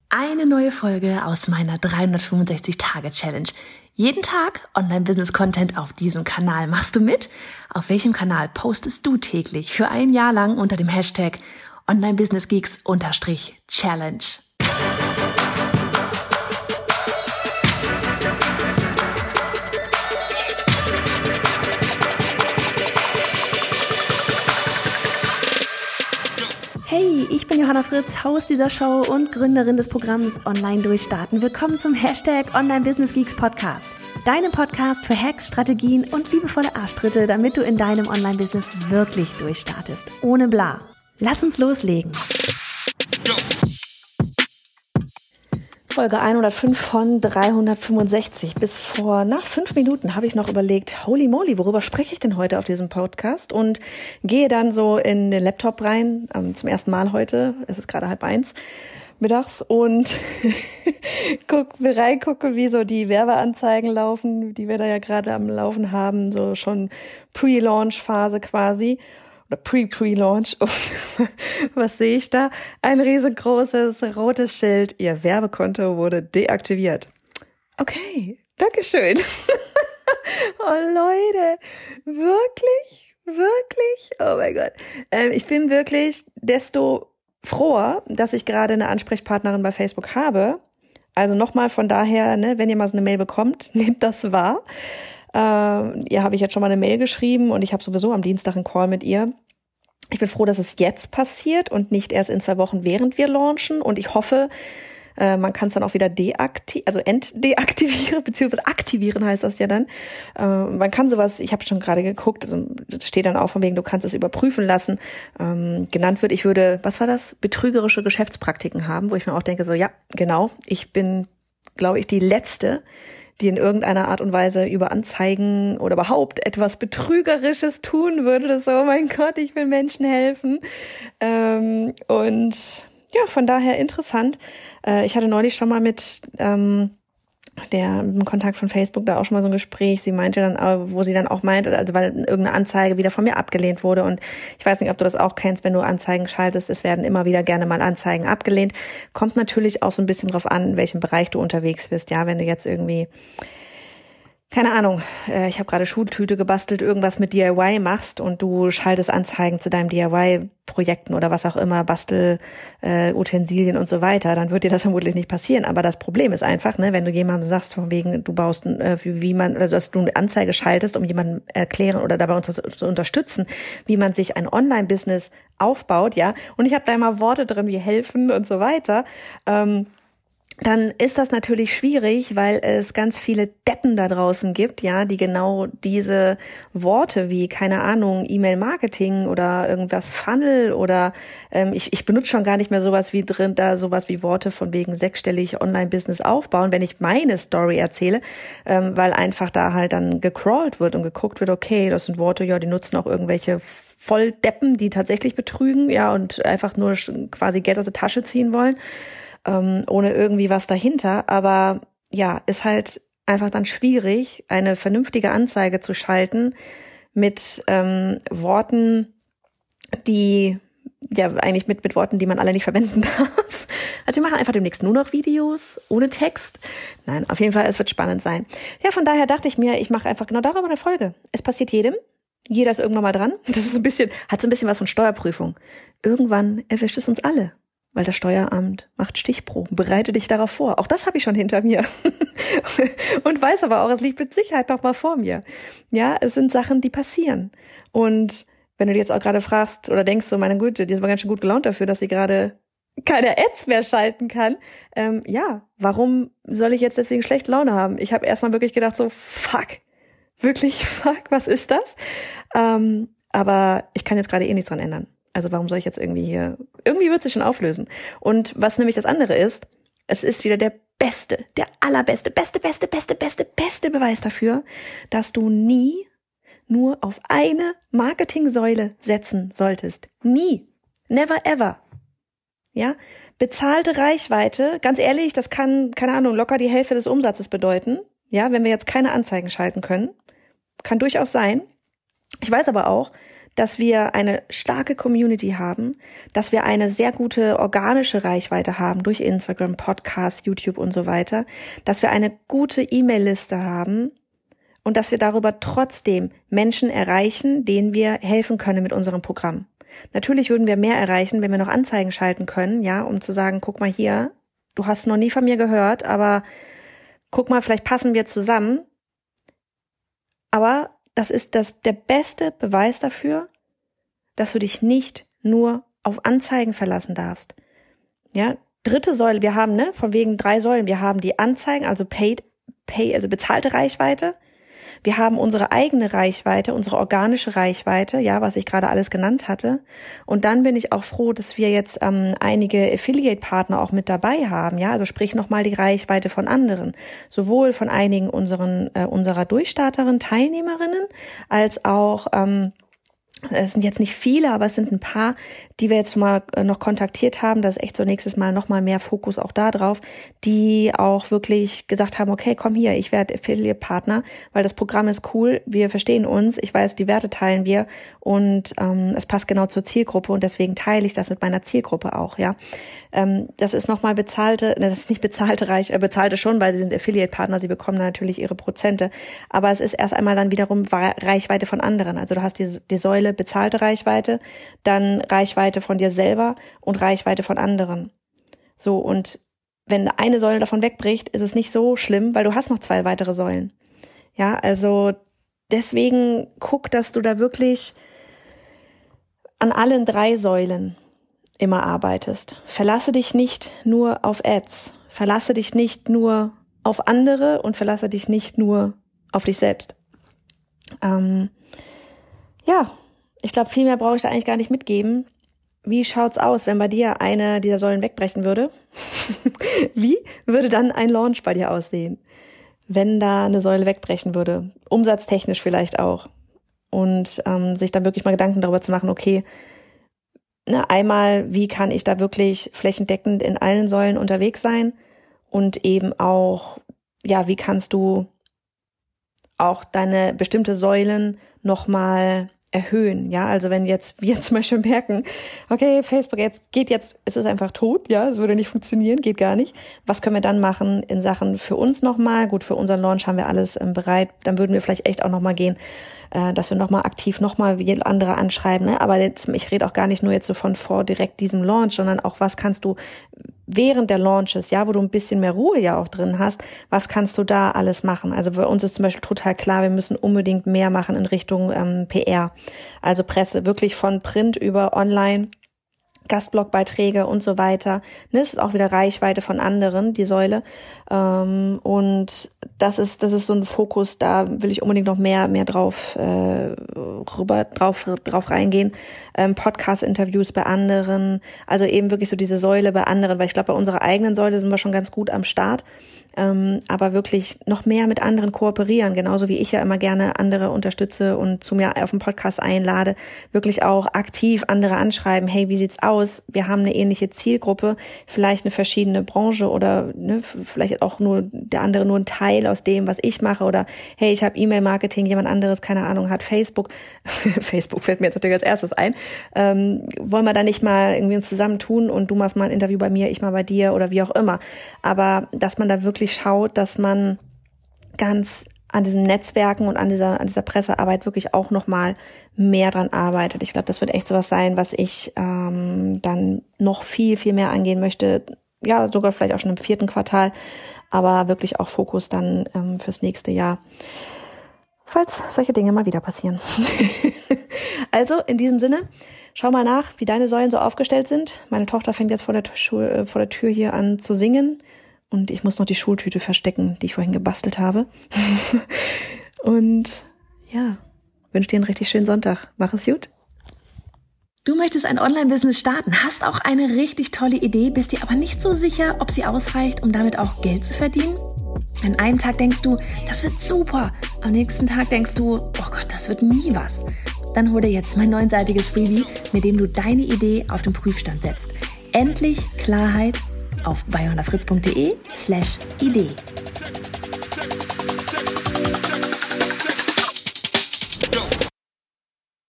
Eine neue Folge aus meiner 365-Tage-Challenge. Jeden Tag Online-Business-Content auf diesem Kanal. Machst du mit? Auf welchem Kanal postest du täglich für ein Jahr lang unter dem Hashtag Online-Business-Geeks_Challenge? Hey, ich bin Johanna Fritz, Host dieser Show und Gründerin des Programms Online Durchstarten. Willkommen zum Hashtag Online-Business-Geeks Podcast. Deinem Podcast für Hacks, Strategien und liebevolle Arschtritte, damit du in deinem Online-Business wirklich durchstartest. Ohne bla. Lass uns loslegen. Folge 105 von 365. Bis vor 5 Minuten habe ich noch überlegt, holy moly, worüber spreche ich denn heute auf diesem Podcast? Und gehe dann so in den Laptop rein, zum ersten Mal heute, es ist gerade 12:30 mittags, und gucke, wie so die Werbeanzeigen laufen, die wir da ja gerade am Laufen haben, so schon Pre-Launch-Phase quasi. Oder Pre-Launch. Und was sehe ich da? Ein riesengroßes rotes Schild. Ihr Werbekonto wurde deaktiviert. Okay, Dankeschön. Oh Leute, wirklich? Oh mein Gott. Ich bin wirklich desto froher, dass ich gerade eine Ansprechpartnerin bei Facebook habe. Also nochmal von daher, wenn ihr mal so eine Mail bekommt, nehmt das wahr. Ihr habe ich jetzt schon mal eine Mail geschrieben und ich habe sowieso am Dienstag einen Call mit ihr. Ich bin froh, dass es jetzt passiert und nicht erst in 2 Wochen, während wir launchen. Und ich hoffe, man kann es dann auch wieder entdeaktivieren, beziehungsweise aktivieren heißt das ja dann. Man kann sowas, ich habe schon gerade geguckt, also das steht dann auch von wegen, du kannst es überprüfen lassen. Genannt wird, ich würde, was war das? Betrügerische Geschäftspraktiken haben, wo ich mir auch denke, so ja, genau, ich bin, glaube ich, die Letzte, die in irgendeiner Art und Weise über Anzeigen oder überhaupt etwas Betrügerisches tun würde. Das so, oh mein Gott, ich will Menschen helfen. Und ja, von daher interessant. Ich hatte neulich schon mal mit dem Kontakt von Facebook da auch schon mal so ein Gespräch. Sie meinte dann, wo sie dann auch meinte, also weil irgendeine Anzeige wieder von mir abgelehnt wurde. Und ich weiß nicht, ob du das auch kennst, wenn du Anzeigen schaltest. Es werden immer wieder gerne mal Anzeigen abgelehnt. Kommt natürlich auch so ein bisschen drauf an, in welchem Bereich du unterwegs bist. Ja, wenn du jetzt irgendwie, keine Ahnung, ich habe gerade Schuhtüte gebastelt, irgendwas mit DIY machst und du schaltest Anzeigen zu deinem DIY-Projekten oder was auch immer, Utensilien und so weiter, dann wird dir das vermutlich nicht passieren. Aber das Problem ist einfach, wenn du jemandem sagst, von wegen, du baust, wie man, oder dass du eine Anzeige schaltest, um jemandem erklären oder dabei zu unterstützen, wie man sich ein Online-Business aufbaut, ja. Und ich habe da immer Worte drin wie helfen und so weiter. Dann ist das natürlich schwierig, weil es ganz viele Deppen da draußen gibt, ja, die genau diese Worte wie, keine Ahnung, E-Mail-Marketing oder irgendwas Funnel oder ich benutze schon gar nicht mehr sowas wie Worte von wegen 6-stellig Online-Business aufbauen, wenn ich meine Story erzähle, weil einfach da halt dann gecrawlt wird und geguckt wird, okay, das sind Worte, ja, die nutzen auch irgendwelche Volldeppen, die tatsächlich betrügen, ja, und einfach nur quasi Geld aus der Tasche ziehen wollen. Ohne irgendwie was dahinter, aber ja, ist halt einfach dann schwierig, eine vernünftige Anzeige zu schalten mit Worten, die ja eigentlich mit Worten, die man alle nicht verwenden darf. Also wir machen einfach demnächst nur noch Videos ohne Text. Nein, auf jeden Fall, es wird spannend sein. Ja, von daher dachte ich mir, ich mache einfach genau darüber eine Folge. Es passiert jedem. Jeder ist irgendwann mal dran. Das ist hat so ein bisschen was von Steuerprüfung. Irgendwann erwischt es uns alle. Weil das Steueramt macht Stichproben. Bereite dich darauf vor. Auch das habe ich schon hinter mir. Und weiß aber auch, es liegt mit Sicherheit noch mal vor mir. Ja, es sind Sachen, die passieren. Und wenn du dir jetzt auch gerade fragst oder denkst, so meine Güte, die ist aber ganz schön gut gelaunt dafür, dass sie gerade keine Ads mehr schalten kann. Ja, warum soll ich jetzt deswegen schlechte Laune haben? Ich habe erstmal wirklich gedacht so, fuck, was ist das? Aber ich kann jetzt gerade nichts dran ändern. Also warum soll ich jetzt irgendwie wird sich schon auflösen. Und was nämlich das andere ist, es ist wieder der allerbeste Beweis dafür, dass du nie nur auf eine Marketingsäule setzen solltest. Nie. Never ever. Ja? Bezahlte Reichweite, ganz ehrlich, das kann, keine Ahnung, locker die Hälfte des Umsatzes bedeuten. Ja, wenn wir jetzt keine Anzeigen schalten können. Kann durchaus sein. Ich weiß aber auch, dass wir eine starke Community haben, dass wir eine sehr gute organische Reichweite haben durch Instagram, Podcast, YouTube und so weiter, dass wir eine gute E-Mail-Liste haben und dass wir darüber trotzdem Menschen erreichen, denen wir helfen können mit unserem Programm. Natürlich würden wir mehr erreichen, wenn wir noch Anzeigen schalten können, ja, um zu sagen, guck mal hier, du hast noch nie von mir gehört, aber guck mal, vielleicht passen wir zusammen. Aber das ist der beste Beweis dafür, dass du dich nicht nur auf Anzeigen verlassen darfst. Ja, dritte Säule, wir haben, von wegen 3 Säulen, wir haben die Anzeigen, also also bezahlte Reichweite. Wir haben unsere eigene Reichweite, unsere organische Reichweite, ja, was ich gerade alles genannt hatte. Und dann bin ich auch froh, dass wir jetzt einige Affiliate-Partner auch mit dabei haben, ja, also sprich nochmal die Reichweite von anderen, sowohl von einigen unserer Durchstarterinnen, Teilnehmerinnen, als auch es sind jetzt nicht viele, aber es sind ein paar, die wir jetzt schon mal noch kontaktiert haben. Das ist echt so nächstes Mal nochmal mehr Fokus auch da drauf, die auch wirklich gesagt haben, okay, komm hier, ich werde Affiliate-Partner, weil das Programm ist cool, wir verstehen uns, ich weiß, die Werte teilen wir und es passt genau zur Zielgruppe und deswegen teile ich das mit meiner Zielgruppe auch, ja. Das ist nochmal bezahlte schon, weil sie sind Affiliate-Partner, sie bekommen natürlich ihre Prozente, aber es ist erst einmal dann wiederum Reichweite von anderen. Also du hast die Säule bezahlte Reichweite, dann Reichweite von dir selber und Reichweite von anderen. So, und wenn eine Säule davon wegbricht, ist es nicht so schlimm, weil du hast noch 2 weitere Säulen. Ja, also deswegen guck, dass du da wirklich an allen 3 Säulen immer arbeitest. Verlasse dich nicht nur auf Ads, verlasse dich nicht nur auf andere und verlasse dich nicht nur auf dich selbst. Ich glaube, viel mehr brauche ich da eigentlich gar nicht mitgeben. Wie schaut's aus, wenn bei dir eine dieser Säulen wegbrechen würde? Wie würde dann ein Launch bei dir aussehen, wenn da eine Säule wegbrechen würde? Umsatztechnisch vielleicht auch. Und sich dann wirklich mal Gedanken darüber zu machen, okay, einmal, wie kann ich da wirklich flächendeckend in allen Säulen unterwegs sein? Und eben auch, ja, wie kannst du auch deine bestimmte Säulen nochmal erhöhen, ja, also wenn jetzt wir zum Beispiel merken, okay, Facebook ist es einfach tot, ja, es würde nicht funktionieren, geht gar nicht. Was können wir dann machen in Sachen für uns nochmal? Gut, für unseren Launch haben wir alles bereit, dann würden wir vielleicht echt auch nochmal gehen, dass wir nochmal aktiv nochmal wie andere anschreiben, ne? Aber jetzt, ich rede auch gar nicht nur jetzt so von vor direkt diesem Launch, sondern auch, was kannst du während der Launches, ja, wo du ein bisschen mehr Ruhe ja auch drin hast, was kannst du da alles machen? Also bei uns ist zum Beispiel total klar, wir müssen unbedingt mehr machen in Richtung PR, also Presse, wirklich von Print über Online, Gastblogbeiträge und so weiter. Das ist auch wieder Reichweite von anderen, die Säule. Und das ist so ein Fokus, da will ich unbedingt noch mehr drauf reingehen. Podcast-Interviews bei anderen, also eben wirklich so diese Säule bei anderen, weil ich glaube, bei unserer eigenen Säule sind wir schon ganz gut am Start. Aber wirklich noch mehr mit anderen kooperieren, genauso wie ich ja immer gerne andere unterstütze und zu mir auf den Podcast einlade, wirklich auch aktiv andere anschreiben, hey, wie sieht's aus? Wir haben eine ähnliche Zielgruppe, vielleicht eine verschiedene Branche oder vielleicht auch nur der andere nur ein Teil aus dem, was ich mache oder hey, ich habe E-Mail-Marketing, jemand anderes, keine Ahnung, hat Facebook. Facebook fällt mir jetzt natürlich als erstes ein. Wollen wir da nicht mal irgendwie uns zusammentun und du machst mal ein Interview bei mir, ich mal bei dir oder wie auch immer. Aber dass man da wirklich schaut, dass man ganz an diesen Netzwerken und an dieser Pressearbeit wirklich auch nochmal mehr dran arbeitet. Ich glaube, das wird echt sowas sein, was ich dann noch viel, viel mehr angehen möchte. Ja, sogar vielleicht auch schon im 4. Quartal, aber wirklich auch Fokus dann fürs nächste Jahr, falls solche Dinge mal wieder passieren. Also in diesem Sinne, schau mal nach, wie deine Säulen so aufgestellt sind. Meine Tochter fängt jetzt vor der Tür hier an zu singen. Und ich muss noch die Schultüte verstecken, die ich vorhin gebastelt habe. Und ja, wünsche dir einen richtig schönen Sonntag. Mach es gut. Du möchtest ein Online-Business starten, hast auch eine richtig tolle Idee, bist dir aber nicht so sicher, ob sie ausreicht, um damit auch Geld zu verdienen? An einem Tag denkst du, das wird super. Am nächsten Tag denkst du, oh Gott, das wird nie was. Dann hol dir jetzt mein 9-seitiges Freebie, mit dem du deine Idee auf den Prüfstand setzt. Endlich Klarheit auf beyondafritz.de/Idee.